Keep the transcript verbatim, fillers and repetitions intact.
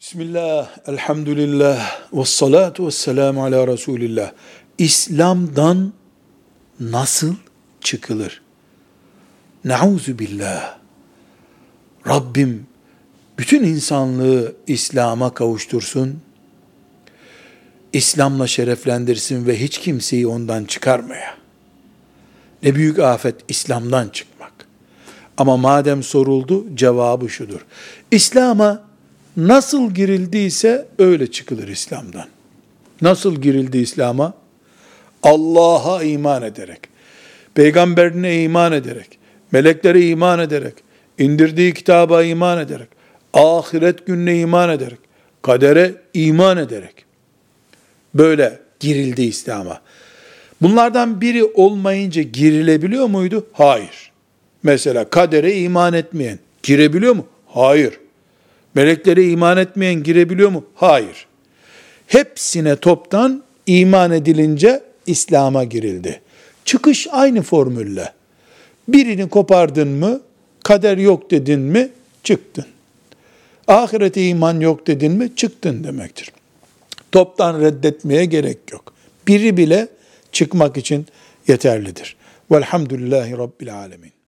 Bismillah, elhamdülillah, ve salatu ve selamu ala Resulillah. İslam'dan nasıl çıkılır? Nauzu billah. Rabbim bütün insanlığı İslam'a kavuştursun, İslam'la şereflendirsin ve hiç kimseyi ondan çıkarmaya. Ne büyük afet İslam'dan çıkmak. Ama madem soruldu, cevabı şudur. İslam'a nasıl girildiyse öyle çıkılır İslam'dan. Nasıl girildi İslam'a? Allah'a iman ederek, peygamberine iman ederek, meleklere iman ederek, indirdiği kitaba iman ederek, ahiret gününe iman ederek, kadere iman ederek, böyle girildi İslam'a. Bunlardan biri olmayınca girilebiliyor muydu? Hayır. Mesela kadere iman etmeyen girebiliyor mu? Hayır. Meleklere iman etmeyen girebiliyor mu? Hayır. Hepsine toptan iman edilince İslam'a girildi. Çıkış aynı formülle. Birini kopardın mı, kader yok dedin mi, çıktın. Ahirete iman yok dedin mi, çıktın demektir. Toptan reddetmeye gerek yok. Biri bile çıkmak için yeterlidir. Velhamdülillahi Rabbil alemin.